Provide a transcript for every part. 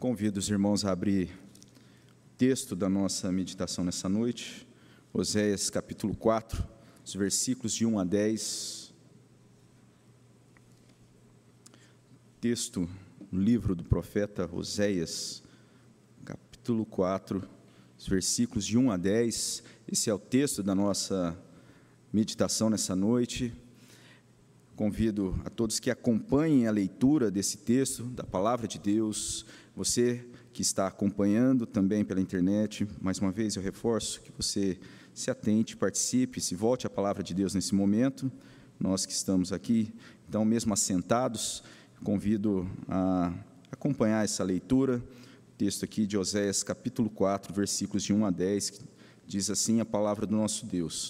Convido os irmãos a abrir o texto da nossa meditação nessa noite, Oséias capítulo 4, os versículos de 1 a 10. Texto no livro do profeta Oséias, capítulo 4, os versículos de 1 a 10. Esse é o texto da nossa meditação nessa noite. Convido a todos que acompanhem a leitura desse texto, da palavra de Deus. Você que está acompanhando também pela internet, mais uma vez eu reforço que você se atente, participe, se volte à palavra de Deus nesse momento. Nós que estamos aqui, então, mesmo assentados, convido a acompanhar essa leitura. O texto aqui de Oséias, capítulo 4, versículos de 1 a 10, que diz assim a palavra do nosso Deus.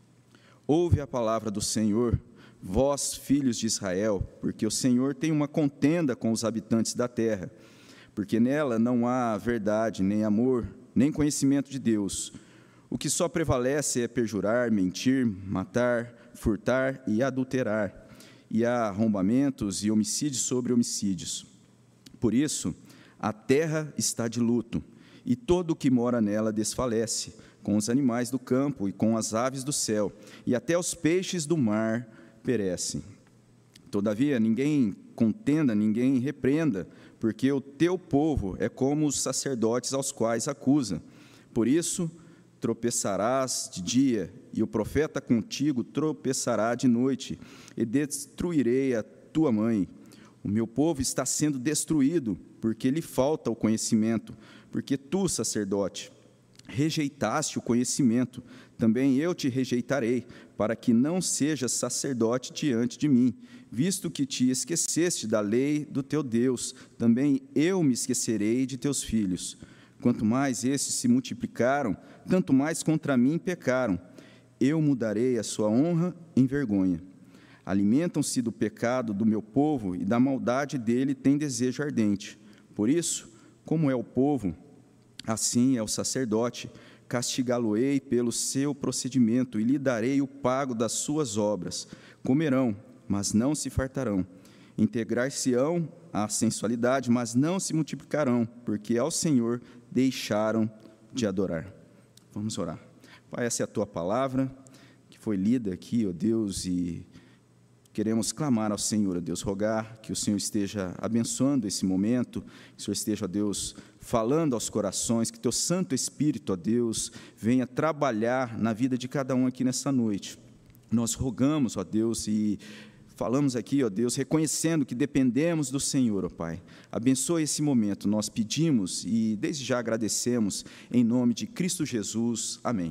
Ouve a palavra do Senhor, vós, filhos de Israel, porque o Senhor tem uma contenda com os habitantes da terra, porque nela não há verdade, nem amor, nem conhecimento de Deus. O que só prevalece é perjurar, mentir, matar, furtar e adulterar, e há arrombamentos e homicídios sobre homicídios. Por isso, a terra está de luto, e todo o que mora nela desfalece, com os animais do campo e com as aves do céu, e até os peixes do mar perecem. Todavia, ninguém contenda, ninguém repreenda, porque o teu povo é como os sacerdotes aos quais acusa. Por isso, tropeçarás de dia, e o profeta contigo tropeçará de noite, e destruirei a tua mãe. O meu povo está sendo destruído, porque lhe falta o conhecimento, porque tu, sacerdote, rejeitaste o conhecimento, também eu te rejeitarei, para que não sejas sacerdote diante de mim. Visto que te esqueceste da lei do teu Deus, também eu me esquecerei de teus filhos. Quanto mais estes se multiplicaram, tanto mais contra mim pecaram. Eu mudarei a sua honra em vergonha. Alimentam-se do pecado do meu povo, e da maldade dele têm desejo ardente. Por isso, como é o povo, assim é o sacerdote, castigá-lo-ei pelo seu procedimento, e lhe darei o pago das suas obras. Comerão, mas não se fartarão. Integrar-se-ão à sensualidade, mas não se multiplicarão, porque ao Senhor deixaram de adorar. Vamos orar. Pai, essa é a Tua palavra, que foi lida aqui, ó Deus, e queremos clamar ao Senhor, ó Deus, rogar que o Senhor esteja abençoando esse momento, que o Senhor esteja, ó Deus, falando aos corações, que Teu Santo Espírito, ó Deus, venha trabalhar na vida de cada um aqui nessa noite. Nós rogamos, ó Deus, e falamos aqui, ó Deus, reconhecendo que dependemos do Senhor, ó Pai. Abençoe esse momento, nós pedimos e desde já agradecemos, em nome de Cristo Jesus. Amém.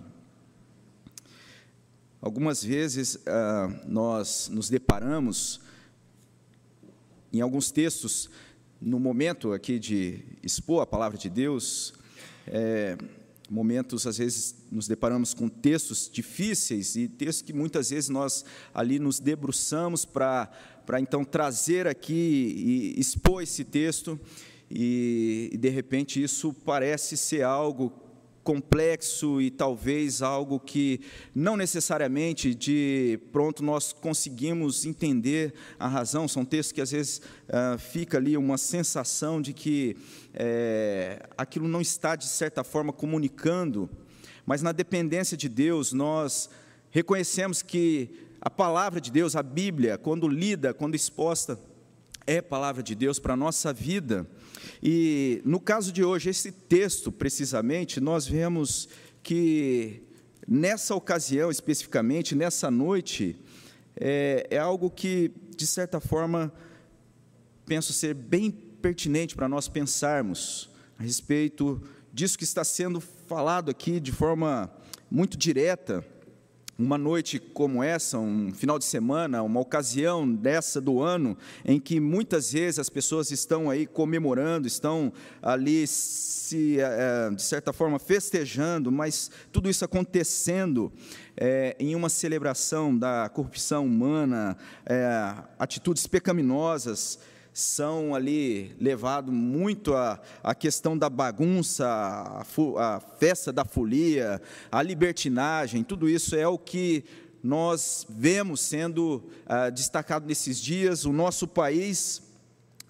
Algumas vezes nós nos deparamos em alguns textos, no momento aqui de expor a palavra de Deus, momentos, às vezes, nos deparamos com textos difíceis e textos que muitas vezes nós ali nos debruçamos para então trazer aqui e expor esse texto e de repente isso parece ser algo complexo e talvez algo que não necessariamente de pronto nós conseguimos entender a razão. São textos que às vezes fica ali uma sensação de que aquilo não está de certa forma comunicando, mas na dependência de Deus nós reconhecemos que a palavra de Deus, a Bíblia, quando lida, quando exposta, é palavra de Deus para a nossa vida. E no caso de hoje, esse texto precisamente, nós vemos que nessa ocasião especificamente, nessa noite, é algo que de certa forma penso ser bem pertinente para nós pensarmos a respeito disso que está sendo falado aqui de forma muito direta. Uma noite como essa, um final de semana, uma ocasião dessa do ano, em que muitas vezes as pessoas estão aí comemorando, estão ali de certa forma festejando, mas tudo isso acontecendo em uma celebração da corrupção humana, atitudes pecaminosas, são ali levado muito a questão da bagunça, a festa da folia, a libertinagem, tudo isso é o que nós vemos sendo destacado nesses dias. O nosso país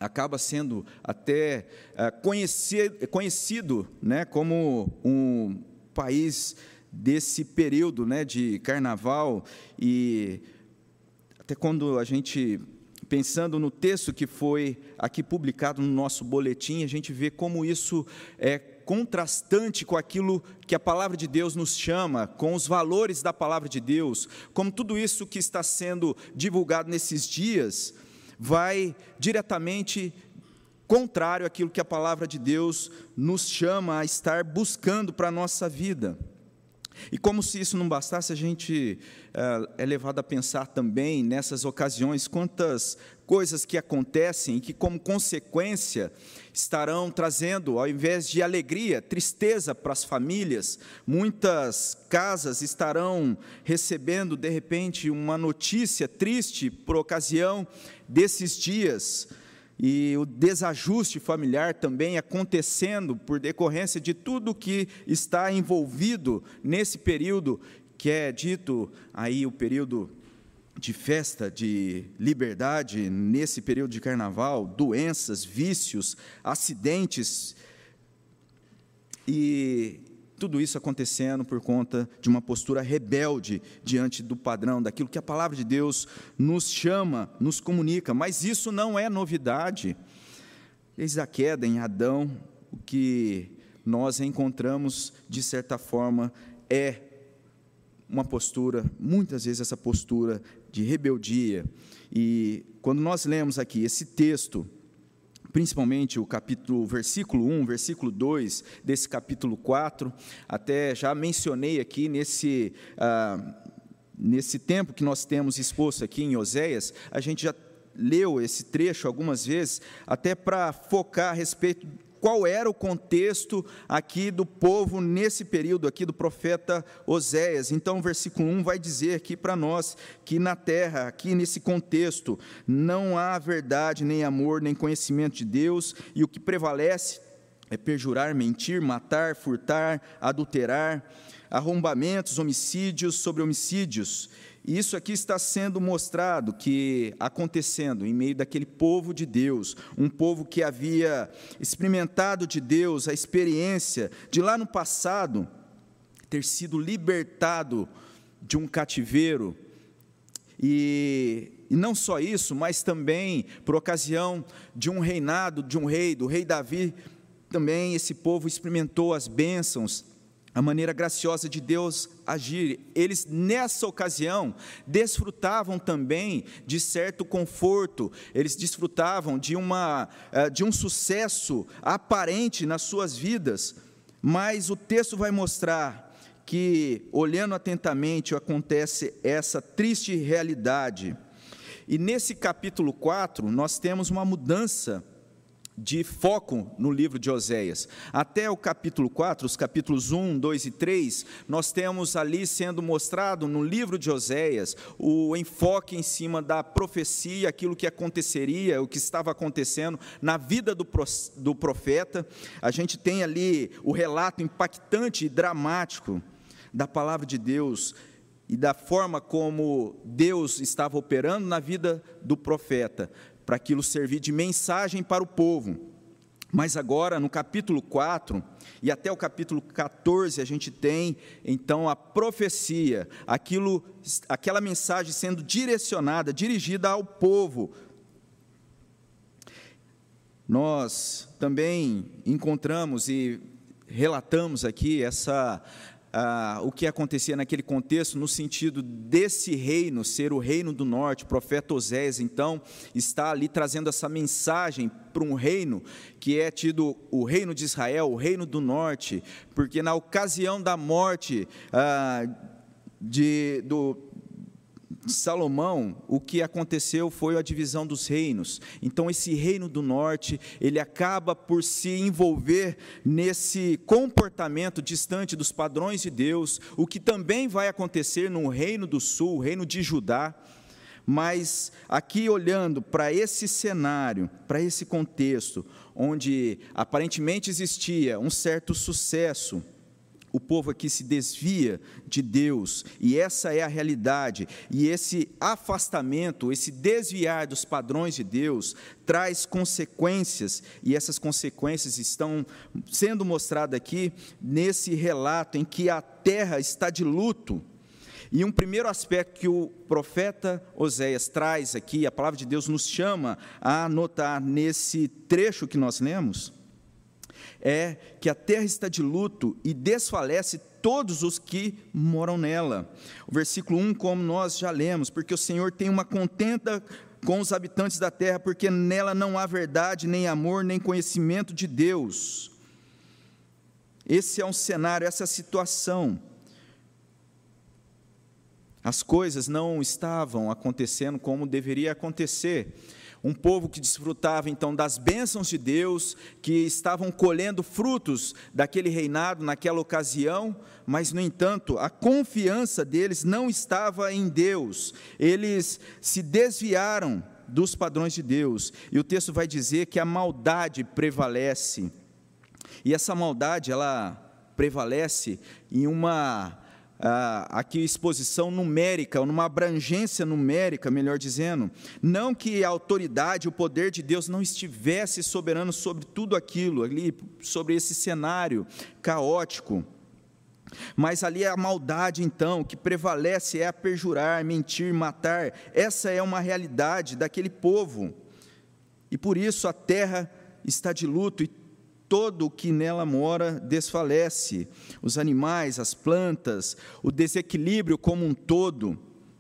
acaba sendo até conhecido, né, como um país desse período, né, de carnaval. E até quando a gente, pensando no texto que foi aqui publicado no nosso boletim, a gente vê como isso é contrastante com aquilo que a palavra de Deus nos chama, com os valores da palavra de Deus, como tudo isso que está sendo divulgado nesses dias vai diretamente contrário àquilo que a palavra de Deus nos chama a estar buscando para a nossa vida. E como se isso não bastasse, a gente é levado a pensar também nessas ocasiões quantas coisas que acontecem e que, como consequência, estarão trazendo, ao invés de alegria, tristeza para as famílias. Muitas casas estarão recebendo, de repente, uma notícia triste por ocasião desses dias, e o desajuste familiar também acontecendo por decorrência de tudo que está envolvido nesse período, que é dito aí o período de festa, de liberdade, nesse período de carnaval, doenças, vícios, acidentes, e tudo isso acontecendo por conta de uma postura rebelde diante do padrão, daquilo que a palavra de Deus nos chama, nos comunica. Mas isso não é novidade. Desde a queda em Adão, o que nós encontramos, de certa forma, é uma postura, muitas vezes essa postura de rebeldia. E quando nós lemos aqui esse texto, principalmente o versículo 1, versículo 2 desse capítulo 4, até já mencionei aqui nesse tempo que nós temos exposto aqui em Oséias, a gente já leu esse trecho algumas vezes, até para focar a respeito qual era o contexto aqui do povo nesse período aqui do profeta Oséias. Então, o versículo 1 vai dizer aqui para nós que na terra, aqui nesse contexto, não há verdade, nem amor, nem conhecimento de Deus, e o que prevalece é perjurar, mentir, matar, furtar, adulterar, arrombamentos, homicídios sobre homicídios. E isso aqui está sendo mostrado, que acontecendo em meio daquele povo de Deus, um povo que havia experimentado de Deus a experiência de lá no passado ter sido libertado de um cativeiro, e não só isso, mas também por ocasião de um reinado de um rei, do rei Davi, também esse povo experimentou as bênçãos, a maneira graciosa de Deus agir. Eles, nessa ocasião, desfrutavam também de certo conforto, eles desfrutavam de um sucesso aparente nas suas vidas, mas o texto vai mostrar que, olhando atentamente, acontece essa triste realidade. E nesse capítulo 4, nós temos uma mudança de foco no livro de Oséias. Até o capítulo 4, os capítulos 1, 2 e 3, nós temos ali sendo mostrado no livro de Oséias o enfoque em cima da profecia, aquilo que aconteceria, o que estava acontecendo na vida do profeta. A gente tem ali o relato impactante e dramático da palavra de Deus e da forma como Deus estava operando na vida do profeta, para aquilo servir de mensagem para o povo. Mas agora, no capítulo 4, e até o capítulo 14, a gente tem, então, a profecia, aquela mensagem sendo direcionada, dirigida ao povo. Nós também encontramos e relatamos aqui o que acontecia naquele contexto, no sentido desse reino ser o reino do norte. O profeta Oséias, então, está ali trazendo essa mensagem para um reino que é tido o reino de Israel, o reino do norte, porque na ocasião da morte de Salomão, o que aconteceu foi a divisão dos reinos. Então esse reino do norte, ele acaba por se envolver nesse comportamento distante dos padrões de Deus, o que também vai acontecer no reino do sul, o reino de Judá. Mas aqui, olhando para esse cenário, para esse contexto, onde aparentemente existia um certo sucesso, o povo aqui se desvia de Deus, e essa é a realidade, e esse afastamento, esse desviar dos padrões de Deus, traz consequências, e essas consequências estão sendo mostradas aqui, nesse relato em que a terra está de luto. E um primeiro aspecto que o profeta Oséias traz aqui, a palavra de Deus nos chama a notar nesse trecho que nós lemos, é que a terra está de luto e desfalece todos os que moram nela. O versículo 1, como nós já lemos, porque o Senhor tem uma contenda com os habitantes da terra, porque nela não há verdade, nem amor, nem conhecimento de Deus. Esse é um cenário, essa é a situação. As coisas não estavam acontecendo como deveria acontecer. Um povo que desfrutava, então, das bênçãos de Deus, que estavam colhendo frutos daquele reinado naquela ocasião, mas, no entanto, a confiança deles não estava em Deus. Eles se desviaram dos padrões de Deus. E o texto vai dizer que a maldade prevalece. E essa maldade, ela prevalece em uma aqui exposição numérica, ou numa abrangência numérica, melhor dizendo, não que a autoridade, o poder de Deus não estivesse soberano sobre tudo aquilo, ali, sobre esse cenário caótico, mas ali a maldade, então, que prevalece é a perjurar, mentir, matar. Essa é uma realidade daquele povo, e por isso a terra está de luto, e todo o que nela mora desfalece, os animais, as plantas, o desequilíbrio como um todo.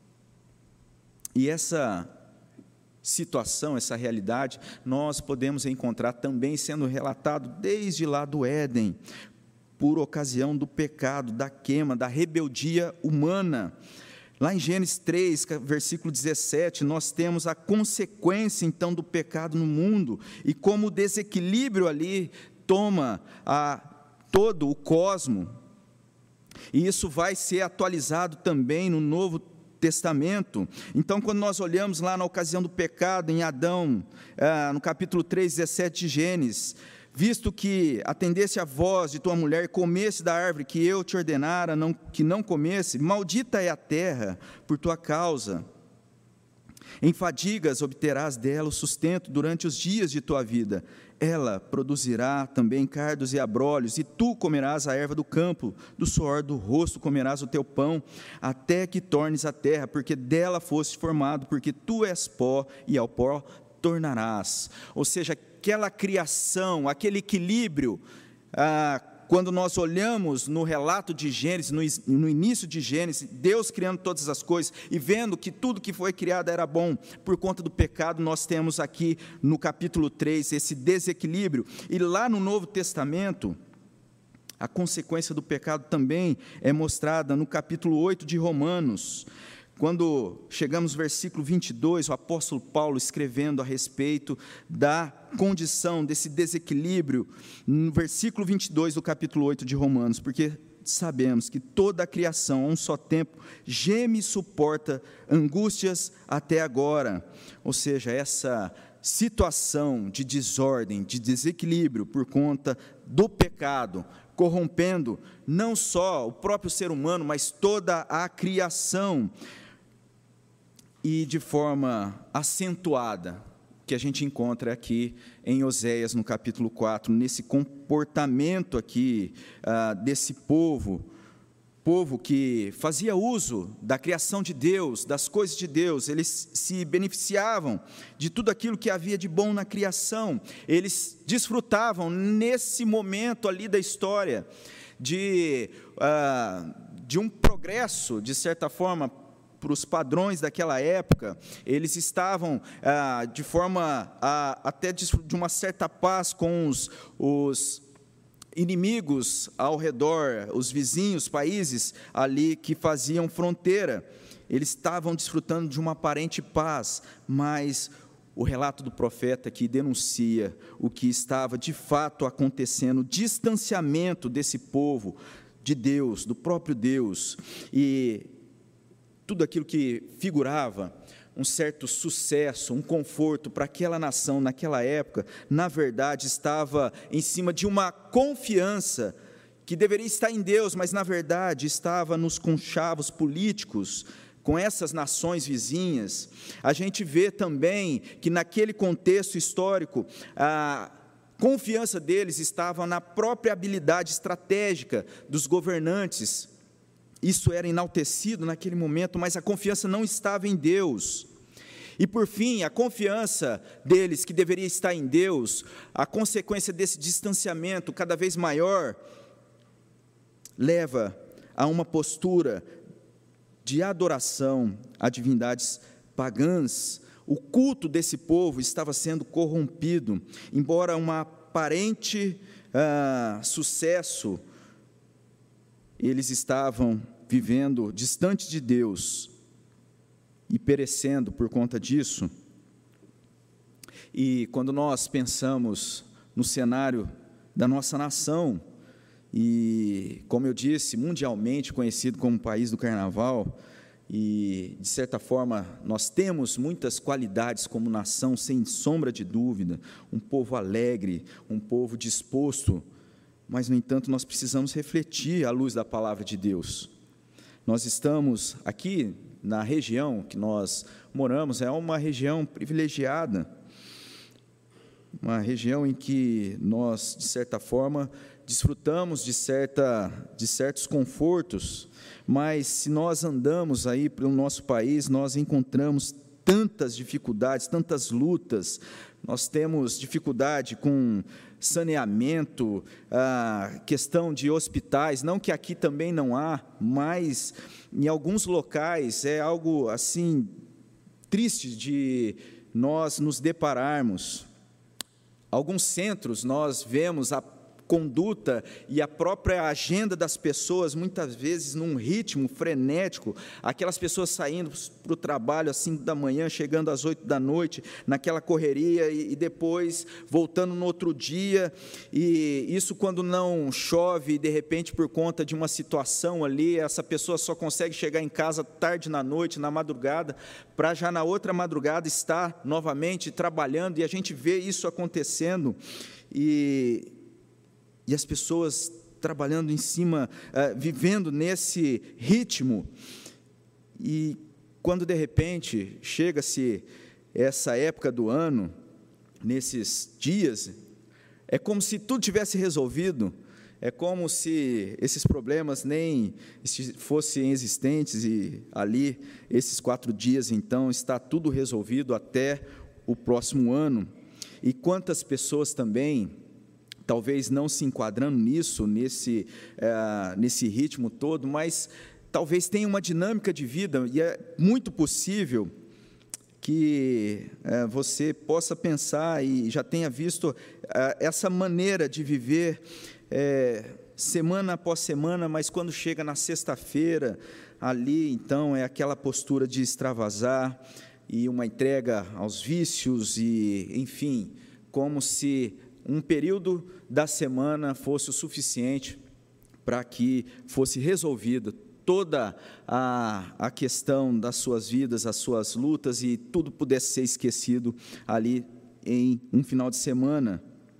E essa situação, essa realidade, nós podemos encontrar também sendo relatado desde lá do Éden, por ocasião do pecado, da queima, da rebeldia humana. Lá em Gênesis 3, versículo 17, nós temos a consequência, então, do pecado no mundo, e como o desequilíbrio ali toma todo o cosmo, e isso vai ser atualizado também no Novo Testamento. Então, quando nós olhamos lá na ocasião do pecado em Adão, no capítulo 3, 17 de Gênesis, visto que atendesse a voz de tua mulher e comesse da árvore que eu te ordenara que não comesse, maldita é a terra por tua causa. Em fadigas obterás dela o sustento durante os dias de tua vida. Ela produzirá também cardos e abrolhos, e tu comerás a erva do campo, do suor do rosto comerás o teu pão, até que tornes a terra, porque dela foste formado, porque tu és pó, e ao pó tornarás. Ou seja, aquela criação, aquele equilíbrio, quando nós olhamos no relato de Gênesis, no início de Gênesis, Deus criando todas as coisas e vendo que tudo que foi criado era bom, por conta do pecado, nós temos aqui no capítulo 3 esse desequilíbrio. E lá no Novo Testamento, a consequência do pecado também é mostrada no capítulo 8 de Romanos. Quando chegamos no versículo 22, o apóstolo Paulo escrevendo a respeito da condição desse desequilíbrio, no versículo 22 do capítulo 8 de Romanos, porque sabemos que toda a criação, a um só tempo, geme e suporta angústias até agora. Ou seja, essa situação de desordem, de desequilíbrio por conta do pecado, corrompendo não só o próprio ser humano, mas toda a criação. E de forma acentuada, que a gente encontra aqui em Oséias, no capítulo 4, nesse comportamento aqui desse povo que fazia uso da criação de Deus, das coisas de Deus, eles se beneficiavam de tudo aquilo que havia de bom na criação, eles desfrutavam nesse momento ali da história, de um progresso, de certa forma, para os padrões daquela época, eles estavam de forma até de uma certa paz com os inimigos ao redor, os vizinhos, países ali que faziam fronteira. Eles estavam desfrutando de uma aparente paz, mas o relato do profeta aqui denuncia o que estava de fato acontecendo, o distanciamento desse povo de Deus, do próprio Deus, e tudo aquilo que figurava um certo sucesso, um conforto para aquela nação naquela época, na verdade estava em cima de uma confiança que deveria estar em Deus, mas na verdade estava nos conchavos políticos com essas nações vizinhas. A gente vê também que naquele contexto histórico, a confiança deles estava na própria habilidade estratégica dos governantes. Isso era enaltecido naquele momento, mas a confiança não estava em Deus. E por fim, a confiança deles, que deveria estar em Deus, a consequência desse distanciamento cada vez maior, leva a uma postura de adoração a divindades pagãs. O culto desse povo estava sendo corrompido, embora um aparente sucesso, eles estavam vivendo distante de Deus e perecendo por conta disso. E quando nós pensamos no cenário da nossa nação, e, como eu disse, mundialmente conhecido como país do carnaval, e, de certa forma, nós temos muitas qualidades como nação, sem sombra de dúvida, um povo alegre, um povo disposto, mas, no entanto, nós precisamos refletir à luz da palavra de Deus. Nós estamos aqui na região que nós moramos, é uma região privilegiada, uma região em que nós, de certa forma, desfrutamos de certos confortos, mas se nós andamos aí pelo nosso país, nós encontramos tantas dificuldades, tantas lutas. Nós temos dificuldade com saneamento, a questão de hospitais, não que aqui também não há, mas em alguns locais é algo assim triste de nós nos depararmos. Alguns centros nós vemos a conduta e a própria agenda das pessoas, muitas vezes num ritmo frenético, aquelas pessoas saindo para o trabalho às 5 da manhã, chegando às 8 da noite, naquela correria, e depois voltando no outro dia, e isso quando não chove, de repente por conta de uma situação ali, essa pessoa só consegue chegar em casa tarde na noite, na madrugada, para já na outra madrugada estar novamente trabalhando, e a gente vê isso acontecendo, e as pessoas trabalhando em cima, vivendo nesse ritmo, e quando de repente chega-se essa época do ano, nesses dias, é como se tudo tivesse resolvido, é como se esses problemas nem fossem existentes, e ali, esses 4 dias, então, está tudo resolvido até o próximo ano. E quantas pessoas também, talvez não se enquadrando nisso, nesse ritmo todo, mas talvez tenha uma dinâmica de vida, e é muito possível que você possa pensar e já tenha visto essa maneira de viver semana após semana, mas quando chega na sexta-feira, ali, então, é aquela postura de extravasar e uma entrega aos vícios, e, enfim, como se um período da semana fosse o suficiente para que fosse resolvida toda a questão das suas vidas, as suas lutas, e tudo pudesse ser esquecido ali em um final de semana.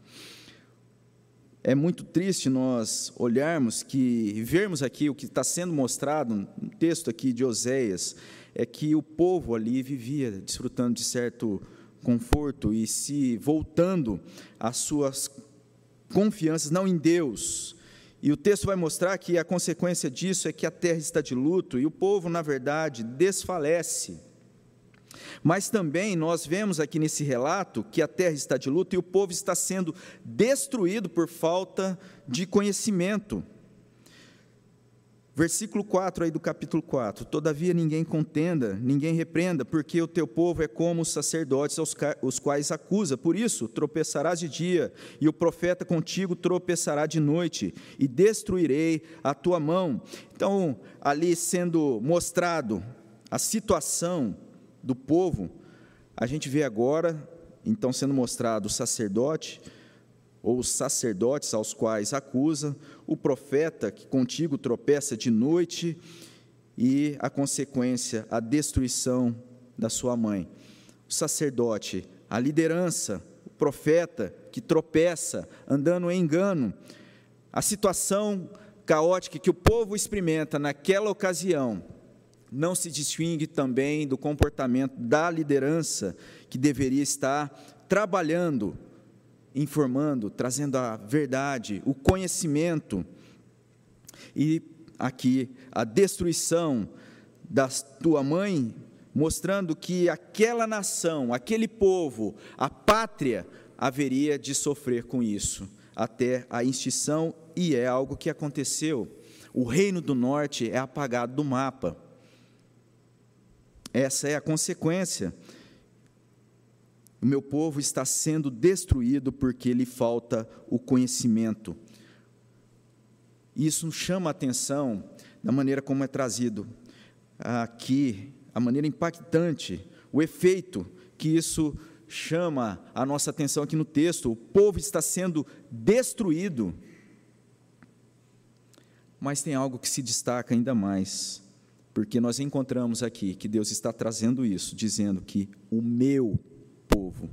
É muito triste nós olharmos e vermos aqui o que está sendo mostrado no texto aqui de Oséias, é que o povo ali vivia desfrutando de certo conforto e se voltando às suas confianças, não em Deus. E o texto vai mostrar que a consequência disso é que a terra está de luto e o povo, na verdade, desfalece. Mas também nós vemos aqui nesse relato que a terra está de luto e o povo está sendo destruído por falta de conhecimento. Versículo 4 aí do capítulo 4, todavia ninguém contenda, ninguém repreenda, porque o teu povo é como os sacerdotes os quais acusa, por isso tropeçarás de dia, e o profeta contigo tropeçará de noite, e destruirei a tua mão. Então, ali sendo mostrado a situação do povo, a gente vê agora, então, sendo mostrado o sacerdote, ou os sacerdotes aos quais acusa, o profeta que contigo tropeça de noite, e a consequência, a destruição da sua mãe. O sacerdote, a liderança, o profeta que tropeça, andando em engano, a situação caótica que o povo experimenta naquela ocasião não se distingue também do comportamento da liderança que deveria estar trabalhando, informando, trazendo a verdade, o conhecimento. E aqui a destruição da tua mãe, mostrando que aquela nação, aquele povo, a pátria, haveria de sofrer com isso, até a extinção, e é algo que aconteceu. O reino do norte é apagado do mapa. Essa é a consequência. O meu povo está sendo destruído porque lhe falta o conhecimento. Isso chama a atenção da maneira como é trazido aqui, a maneira impactante, o efeito que isso chama a nossa atenção aqui no texto. O povo está sendo destruído. Mas tem algo que se destaca ainda mais, porque nós encontramos aqui que Deus está trazendo isso, dizendo que o meu povo.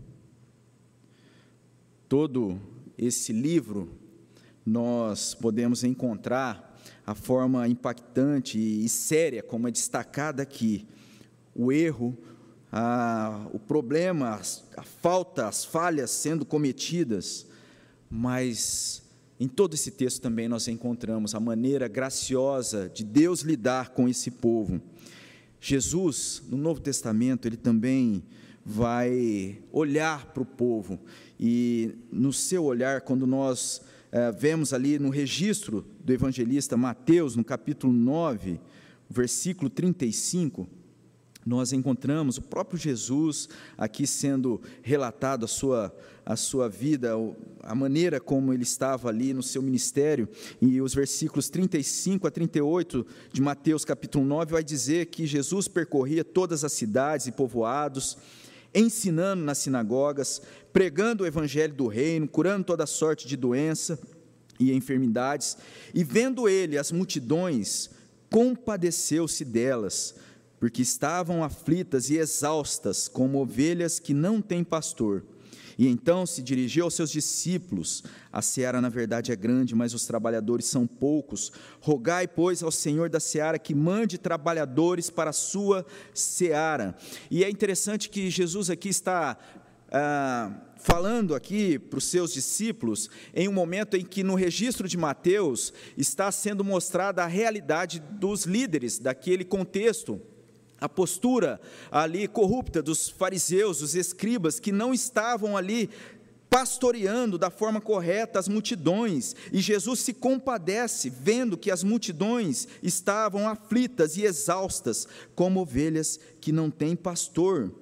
Todo esse livro, nós podemos encontrar a forma impactante e séria, como é destacada aqui, o erro, o problema, a falta, as falhas sendo cometidas, mas em todo esse texto também nós encontramos a maneira graciosa de Deus lidar com esse povo. Jesus, no Novo Testamento, ele também vai olhar para o povo, e no seu olhar, quando nós vemos ali no registro do evangelista Mateus, no capítulo 9, versículo 35, nós encontramos o próprio Jesus aqui sendo relatado a sua vida, a maneira como ele estava ali no seu ministério, e os versículos 35 a 38 de Mateus capítulo 9 vai dizer que Jesus percorria todas as cidades e povoados, ensinando nas sinagogas, pregando o evangelho do reino, curando toda sorte de doença e enfermidades, e vendo ele as multidões, compadeceu-se delas, porque estavam aflitas e exaustas, como ovelhas que não têm pastor. E então se dirigiu aos seus discípulos: a seara na verdade é grande, mas os trabalhadores são poucos. Rogai, pois, ao Senhor da seara que mande trabalhadores para a sua seara. E é interessante que Jesus aqui está falando aqui para os seus discípulos, em um momento em que no registro de Mateus está sendo mostrada a realidade dos líderes daquele contexto, a postura ali corrupta dos fariseus, dos escribas, que não estavam ali pastoreando da forma correta as multidões, e Jesus se compadece, vendo que as multidões estavam aflitas e exaustas, como ovelhas que não têm pastor.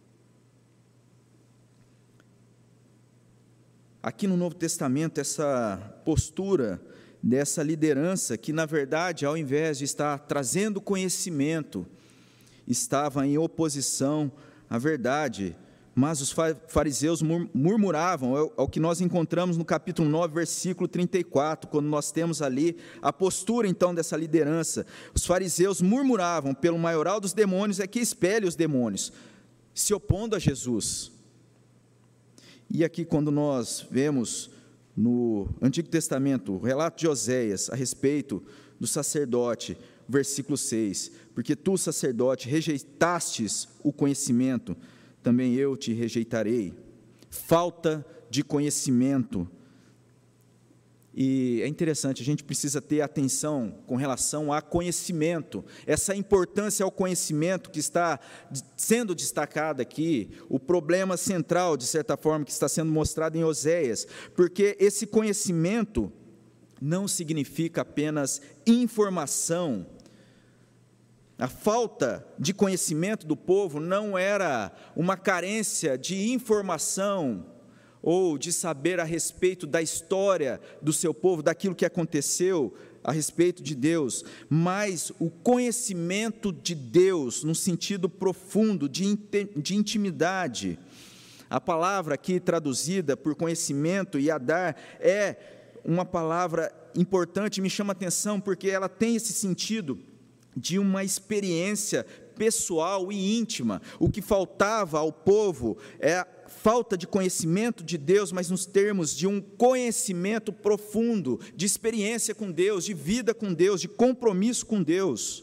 Aqui no Novo Testamento, essa postura dessa liderança, que na verdade, ao invés de estar trazendo conhecimento, estava em oposição à verdade, mas os fariseus murmuravam, é o que nós encontramos no capítulo 9, versículo 34, quando nós temos ali a postura então dessa liderança. Os fariseus murmuravam: pelo maioral dos demônios é que expele os demônios, se opondo a Jesus. E aqui, quando nós vemos no Antigo Testamento o relato de Oséias a respeito do sacerdote, versículo 6, porque tu, sacerdote, rejeitastes o conhecimento, também eu te rejeitarei. Falta de conhecimento. E é interessante, a gente precisa ter atenção com relação a conhecimento, essa importância ao conhecimento que está sendo destacada aqui, o problema central, de certa forma, que está sendo mostrado em Oséias, porque esse conhecimento não significa apenas informação. A falta de conhecimento do povo não era uma carência de informação ou de saber a respeito da história do seu povo, daquilo que aconteceu a respeito de Deus, mas o conhecimento de Deus, num sentido profundo, de intimidade. A palavra aqui traduzida por conhecimento, yadar, é uma palavra importante, me chama a atenção, porque ela tem esse sentido de uma experiência pessoal e íntima. O que faltava ao povo é a falta de conhecimento de Deus, mas nos termos de um conhecimento profundo, de experiência com Deus, de vida com Deus, de compromisso com Deus.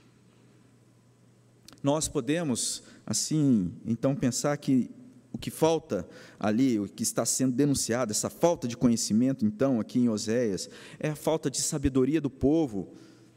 Nós podemos, assim, então pensar que o que falta ali, o que está sendo denunciado, essa falta de conhecimento, então, aqui em Oséias, é a falta de sabedoria do povo.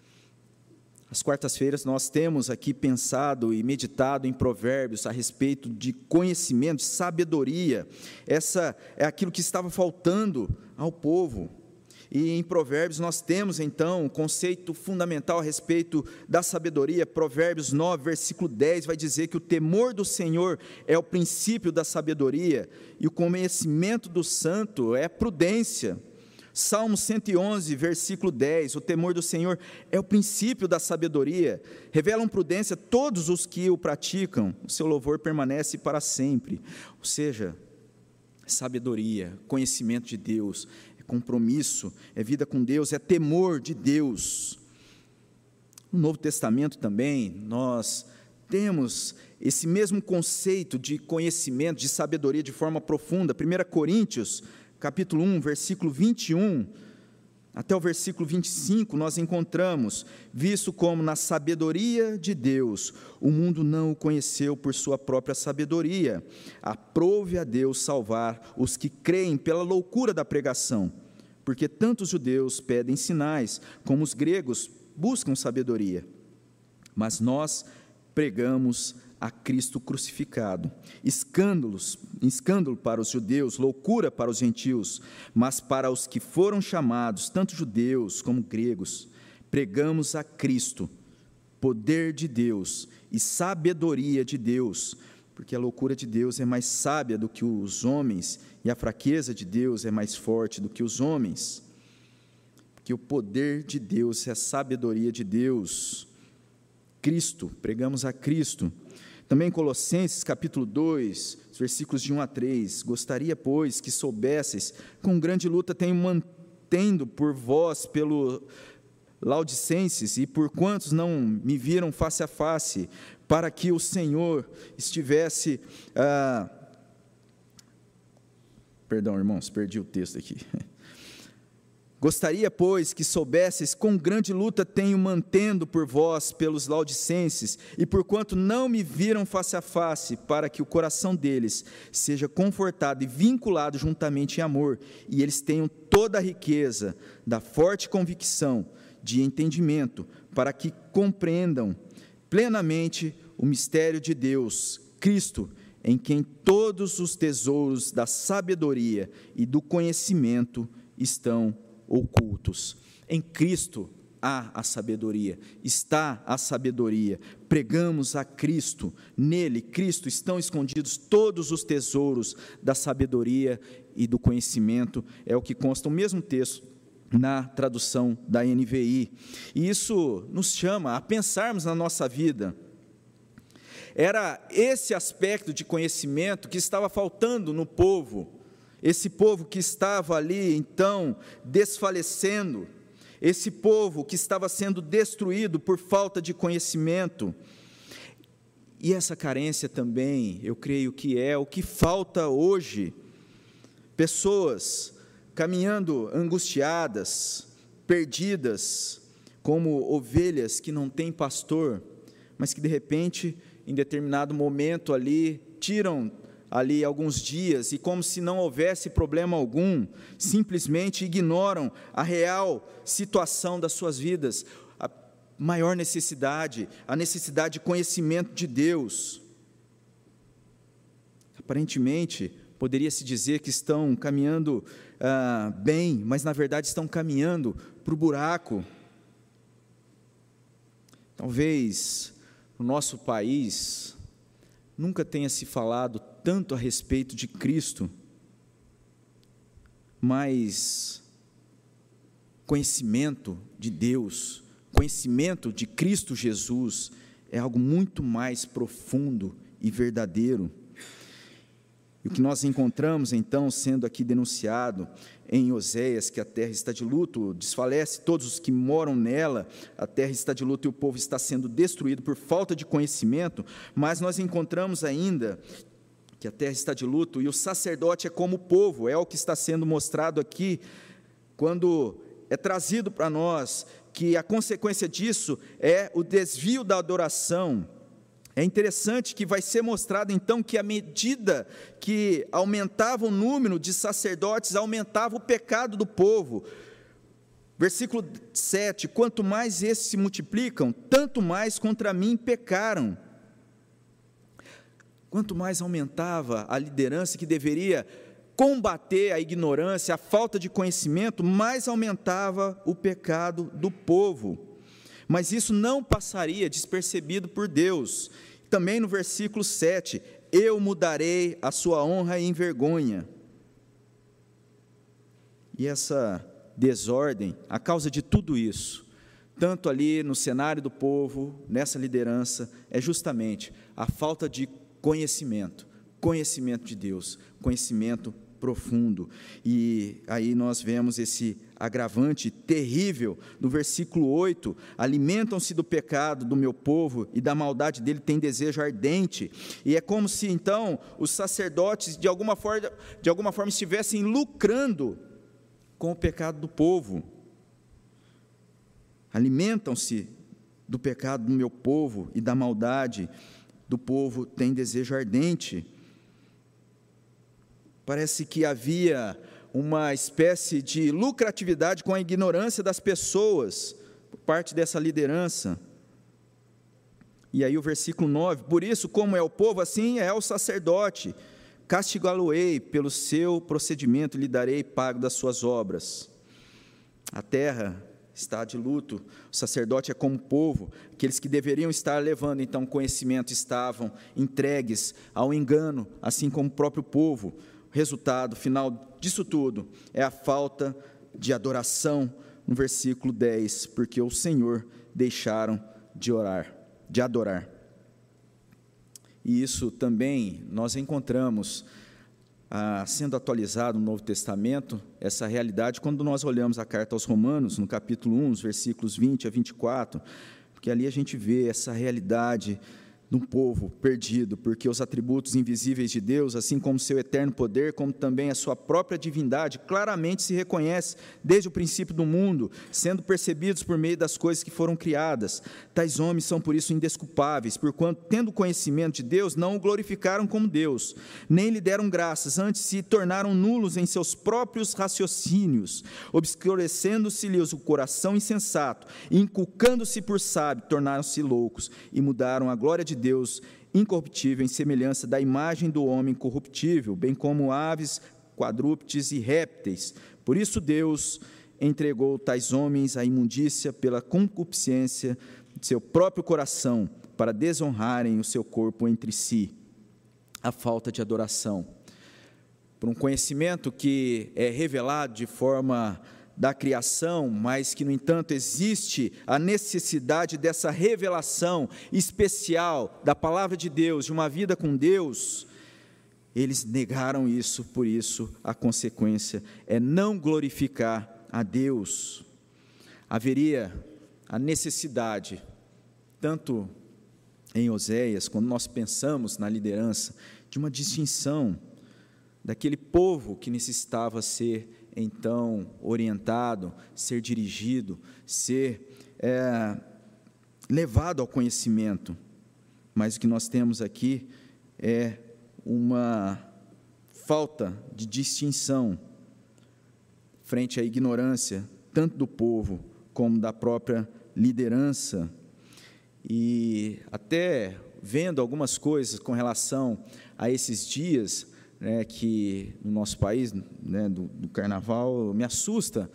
Às quartas-feiras nós temos aqui pensado e meditado em Provérbios a respeito de conhecimento, de sabedoria. Essa é aquilo que estava faltando ao povo. E em Provérbios nós temos então um conceito fundamental a respeito da sabedoria. Provérbios 9, versículo 10 vai dizer que o temor do Senhor é o princípio da sabedoria e o conhecimento do santo é prudência. Salmo 111, versículo 10, o temor do Senhor é o princípio da sabedoria, revelam prudência todos os que o praticam, o seu louvor permanece para sempre. Ou seja, sabedoria, conhecimento de Deus, é compromisso, é vida com Deus, é temor de Deus. No Novo Testamento também, nós temos esse mesmo conceito de conhecimento, de sabedoria de forma profunda. 1 Coríntios, capítulo 1, versículo 21, até o versículo 25, nós encontramos, visto como na sabedoria de Deus, o mundo não o conheceu por sua própria sabedoria, aprove a Deus salvar os que creem pela loucura da pregação, porque tanto os judeus pedem sinais, como os gregos buscam sabedoria, mas nós pregamos a Cristo crucificado, escândalo para os judeus, loucura para os gentios, mas para os que foram chamados, tanto judeus como gregos, pregamos a Cristo, poder de Deus e sabedoria de Deus, porque a loucura de Deus é mais sábia do que os homens, e a fraqueza de Deus é mais forte do que os homens, porque o poder de Deus é a sabedoria de Deus. Cristo, pregamos a Cristo. Também em Colossenses, capítulo 2, versículos de 1 a 3, gostaria, pois, que soubesseis, com grande luta tenho mantendo por vós, pelo Laodicenses, e por quantos não me viram face a face, para que o Senhor estivesse... Perdão, irmãos, perdi o texto aqui. Gostaria, pois, que soubesseis, com grande luta tenho mantendo por vós pelos Laodicenses, e porquanto não me viram face a face, para que o coração deles seja confortado e vinculado juntamente em amor, e eles tenham toda a riqueza da forte convicção de entendimento, para que compreendam plenamente o mistério de Deus, Cristo, em quem todos os tesouros da sabedoria e do conhecimento estão ocultos. Em Cristo há a sabedoria, está a sabedoria, pregamos a Cristo, nele, Cristo, estão escondidos todos os tesouros da sabedoria e do conhecimento, é o que consta o mesmo texto na tradução da NVI, e isso nos chama a pensarmos na nossa vida. Era esse aspecto de conhecimento que estava faltando no povo, esse povo que estava ali, então, desfalecendo, esse povo que estava sendo destruído por falta de conhecimento, e essa carência também, eu creio que é o que falta hoje, pessoas caminhando angustiadas, perdidas, como ovelhas que não têm pastor, mas que de repente, em determinado momento ali, tiram ali alguns dias, e como se não houvesse problema algum, simplesmente ignoram a real situação das suas vidas, a maior necessidade, a necessidade de conhecimento de Deus. Aparentemente, poderia-se dizer que estão caminhando bem, mas na verdade estão caminhando para o buraco. Talvez no nosso país nunca tenha se falado tanto a respeito de Cristo, mas conhecimento de Deus, conhecimento de Cristo Jesus é algo muito mais profundo e verdadeiro. E o que nós encontramos, então, sendo aqui denunciado em Oséias, que a terra está de luto, desfalece todos os que moram nela, a terra está de luto e o povo está sendo destruído por falta de conhecimento, mas nós encontramos ainda que a terra está de luto e o sacerdote é como o povo, é o que está sendo mostrado aqui, quando é trazido para nós que a consequência disso é o desvio da adoração. É interessante que vai ser mostrado então que à medida que aumentava o número de sacerdotes, aumentava o pecado do povo. Versículo 7, quanto mais esses se multiplicam, tanto mais contra mim pecaram. Quanto mais aumentava a liderança que deveria combater a ignorância, a falta de conhecimento, mais aumentava o pecado do povo. Mas isso não passaria despercebido por Deus. Também no versículo 7, eu mudarei a sua honra em vergonha. E essa desordem, a causa de tudo isso, tanto ali no cenário do povo, nessa liderança, é justamente a falta de conhecimento de Deus, conhecimento profundo. E aí nós vemos esse agravante terrível no versículo 8, alimentam-se do pecado do meu povo e da maldade dele tem desejo ardente, e é como se então os sacerdotes de alguma forma estivessem lucrando com o pecado do povo, alimentam-se do pecado do meu povo e da maldade do povo tem desejo ardente. Parece que havia uma espécie de lucratividade com a ignorância das pessoas, por parte dessa liderança. E aí o versículo 9, por isso como é o povo, assim é o sacerdote, castigá-lo-ei pelo seu procedimento, lhe darei pago das suas obras. A terra está de luto, o sacerdote é como povo, aqueles que deveriam estar levando então conhecimento estavam entregues ao engano, assim como o próprio povo. O resultado final disso tudo é a falta de adoração, no versículo 10, porque o Senhor deixaram de adorar. E isso também nós encontramos sendo atualizado no Novo Testamento, essa realidade, quando nós olhamos a carta aos Romanos, no capítulo 1, os versículos 20 a 24, porque ali a gente vê essa realidade de um povo perdido, porque os atributos invisíveis de Deus, assim como seu eterno poder, como também a sua própria divindade, claramente se reconhece desde o princípio do mundo, sendo percebidos por meio das coisas que foram criadas. Tais homens são por isso indesculpáveis, porquanto, tendo conhecimento de Deus, não o glorificaram como Deus, nem lhe deram graças, antes se tornaram nulos em seus próprios raciocínios, obscurecendo-se-lhes o coração insensato, e inculcando-se por sábio, tornaram-se loucos, e mudaram a glória de Deus incorruptível em semelhança da imagem do homem corruptível, bem como aves, quadrúpedes e répteis. Por isso Deus entregou tais homens à imundícia pela concupiscência de seu próprio coração, para desonrarem o seu corpo entre si. A falta de adoração. Por um conhecimento que é revelado de forma da criação, mas que, no entanto, existe a necessidade dessa revelação especial da palavra de Deus, de uma vida com Deus, eles negaram isso, por isso a consequência é não glorificar a Deus. Haveria a necessidade, tanto em Oséias, quando nós pensamos na liderança, de uma distinção daquele povo que necessitava ser então orientado, ser dirigido, ser levado ao conhecimento. Mas o que nós temos aqui é uma falta de distinção frente à ignorância, tanto do povo como da própria liderança. E até vendo algumas coisas com relação a esses dias, que no nosso país, do carnaval, me assusta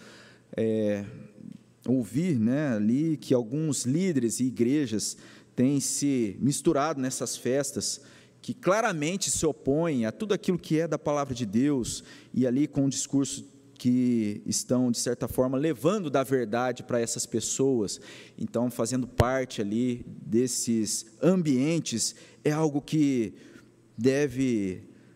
ouvir ali que alguns líderes e igrejas têm se misturado nessas festas, que claramente se opõem a tudo aquilo que é da palavra de Deus, e ali com um discurso que estão, de certa forma, levando da verdade para essas pessoas, então fazendo parte ali desses ambientes, é algo que deve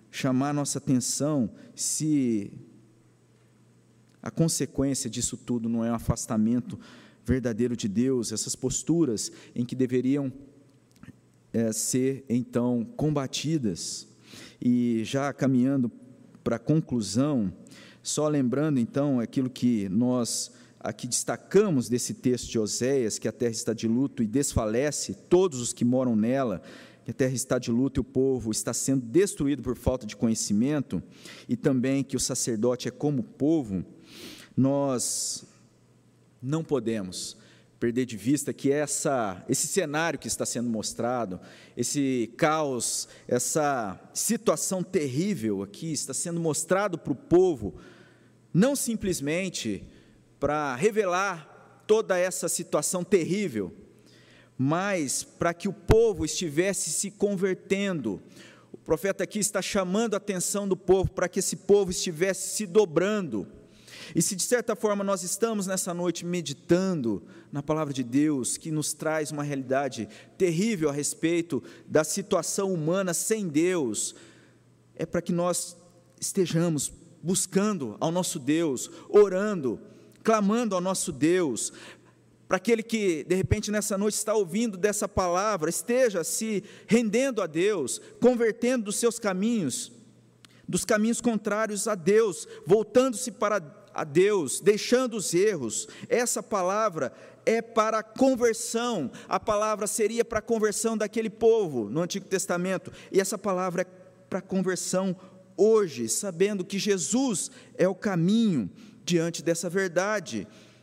chamar nossa atenção se a consequência disso tudo não é um afastamento verdadeiro de Deus, essas posturas em que deveriam ser, então, combatidas. E já caminhando para a conclusão, só lembrando, então, aquilo que nós aqui destacamos desse texto de Oséias, que a terra está de luto e desfalece todos os que moram nela, que a terra está de luto e o povo está sendo destruído por falta de conhecimento, e também que o sacerdote é como o povo. Nós não podemos perder de vista que esse cenário que está sendo mostrado, esse caos, essa situação terrível aqui está sendo mostrado para o povo, não simplesmente para revelar toda essa situação terrível, mas para que o povo estivesse se convertendo. O profeta aqui está chamando a atenção do povo para que esse povo estivesse se dobrando. E se de certa forma nós estamos nessa noite meditando na palavra de Deus, que nos traz uma realidade terrível a respeito da situação humana sem Deus, é para que nós estejamos buscando ao nosso Deus, orando, clamando ao nosso Deus, para aquele que de repente nessa noite está ouvindo dessa palavra, esteja se rendendo a Deus, convertendo dos seus caminhos, dos caminhos contrários a Deus, voltando-se para a Deus, deixando os erros. Essa palavra é para a conversão, a palavra seria para a conversão daquele povo no Antigo Testamento, e essa palavra é para a conversão hoje, sabendo que Jesus é o caminho diante dessa verdade.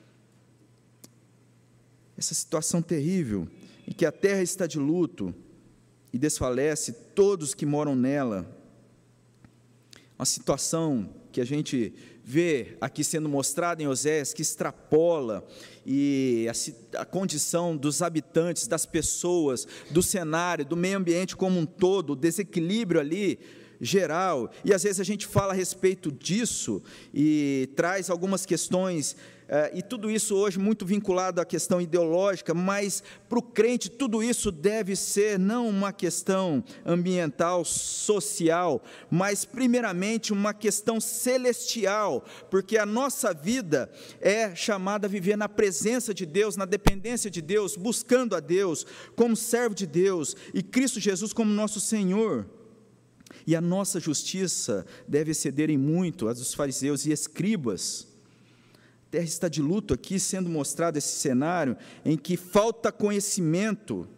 Essa situação terrível, em que a terra está de luto e desfalece todos que moram nela, uma situação que a gente vê aqui sendo mostrada em Oséias, que extrapola e a condição dos habitantes, das pessoas, do cenário, do meio ambiente como um todo, o desequilíbrio ali geral, e às vezes a gente fala a respeito disso e traz algumas questões, e tudo isso hoje muito vinculado à questão ideológica, mas para o crente tudo isso deve ser não uma questão ambiental, social, mas primeiramente uma questão celestial, porque a nossa vida é chamada a viver na presença de Deus, na dependência de Deus, buscando a Deus, como servo de Deus, e Cristo Jesus como nosso Senhor. E a nossa justiça deve exceder em muito a dos fariseus e escribas. A terra está de luto aqui, sendo mostrado esse cenário em que falta conhecimento.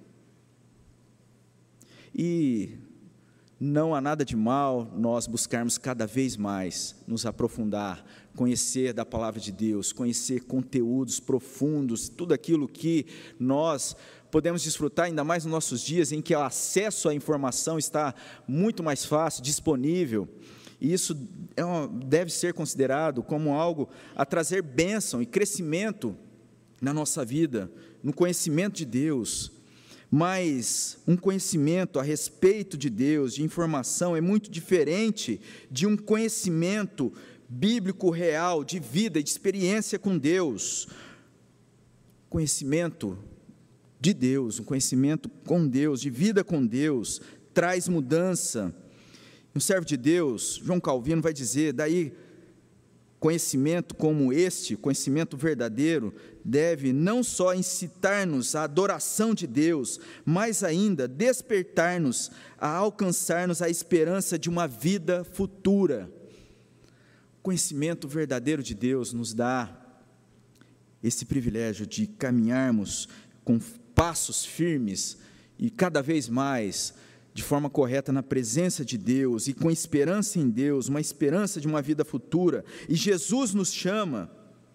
E não há nada de mal nós buscarmos cada vez mais nos aprofundar, conhecer da palavra de Deus, conhecer conteúdos profundos, tudo aquilo que nós podemos desfrutar, ainda mais nos nossos dias, em que o acesso à informação está muito mais fácil, disponível, e isso deve ser considerado como algo a trazer bênção e crescimento na nossa vida, no conhecimento de Deus. Mas um conhecimento a respeito de Deus, de informação, é muito diferente de um conhecimento bíblico real, de vida, de experiência com Deus. Conhecimento de Deus, um conhecimento com Deus, de vida com Deus, traz mudança. Um servo de Deus, João Calvino, vai dizer, daí, conhecimento como este, conhecimento verdadeiro, deve não só incitar-nos à adoração de Deus, mas ainda despertar-nos a alcançar-nos a esperança de uma vida futura. O conhecimento verdadeiro de Deus nos dá esse privilégio de caminharmos com passos firmes e cada vez mais de forma correta na presença de Deus e com esperança em Deus, uma esperança de uma vida futura. E Jesus nos chama,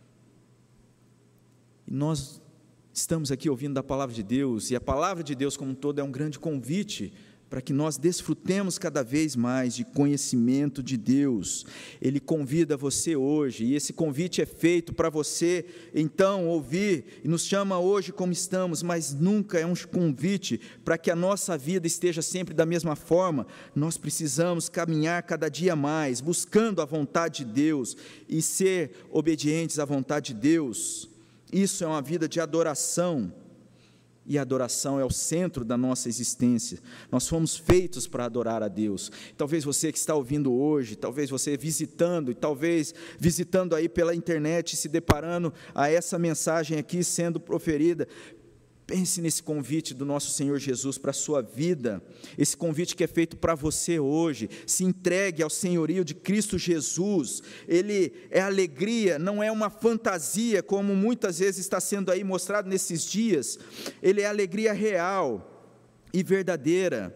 e nós estamos aqui ouvindo da palavra de Deus, e a palavra de Deus como um todo é um grande convite para que nós desfrutemos cada vez mais de conhecimento de Deus. Ele convida você hoje, e esse convite é feito para você, então, ouvir, e nos chama hoje como estamos, mas nunca é um convite para que a nossa vida esteja sempre da mesma forma. Nós precisamos caminhar cada dia mais, buscando a vontade de Deus, e ser obedientes à vontade de Deus. Isso é uma vida de adoração. E a adoração é o centro da nossa existência. Nós fomos feitos para adorar a Deus. Talvez você que está ouvindo hoje, talvez você visitando, e talvez visitando aí pela internet, se deparando a essa mensagem aqui sendo proferida, pense nesse convite do nosso Senhor Jesus para a sua vida, esse convite que é feito para você hoje. Se entregue ao senhorio de Cristo Jesus. Ele é alegria, não é uma fantasia, como muitas vezes está sendo aí mostrado nesses dias. Ele é alegria real e verdadeira.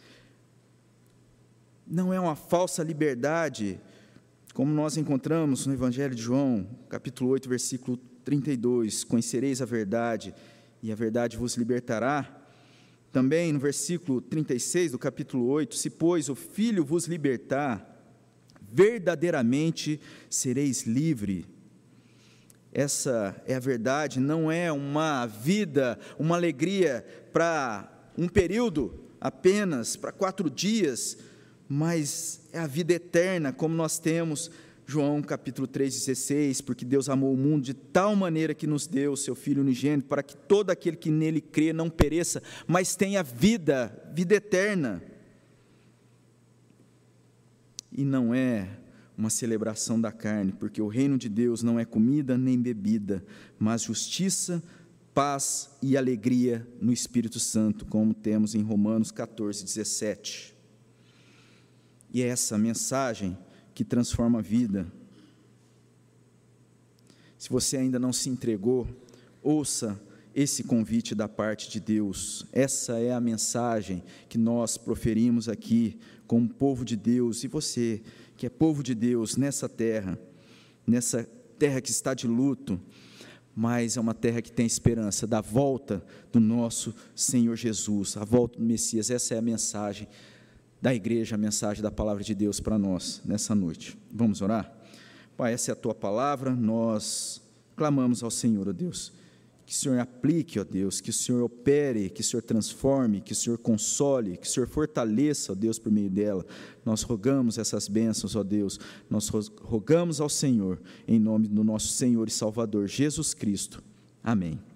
Não é uma falsa liberdade, como nós encontramos no Evangelho de João, capítulo 8, versículo 32, conhecereis a verdade, e a verdade vos libertará. Também no versículo 36 do capítulo 8, se pois o Filho vos libertar, verdadeiramente sereis livre. Essa é a verdade, não é uma vida, uma alegria para um período apenas, para 4 dias, mas é a vida eterna, como nós temos João capítulo 3,16, porque Deus amou o mundo de tal maneira que nos deu o seu Filho unigênito, para que todo aquele que nele crê não pereça, mas tenha vida eterna. E não é uma celebração da carne, porque o reino de Deus não é comida nem bebida, mas justiça, paz e alegria no Espírito Santo, como temos em Romanos 14:17. E é essa mensagem que transforma a vida. Se você ainda não se entregou, ouça esse convite da parte de Deus. Essa é a mensagem que nós proferimos aqui como povo de Deus. E você, que é povo de Deus nessa terra que está de luto, mas é uma terra que tem esperança da volta do nosso Senhor Jesus, a volta do Messias. Essa é a mensagem da igreja, a mensagem da palavra de Deus para nós nessa noite. Vamos orar? Pai, essa é a tua palavra, nós clamamos ao Senhor, ó Deus, que o Senhor aplique, ó Deus, que o Senhor opere, que o Senhor transforme, que o Senhor console, que o Senhor fortaleça, ó Deus, por meio dela. Nós rogamos essas bênçãos, ó Deus, nós rogamos ao Senhor, em nome do nosso Senhor e Salvador, Jesus Cristo. Amém.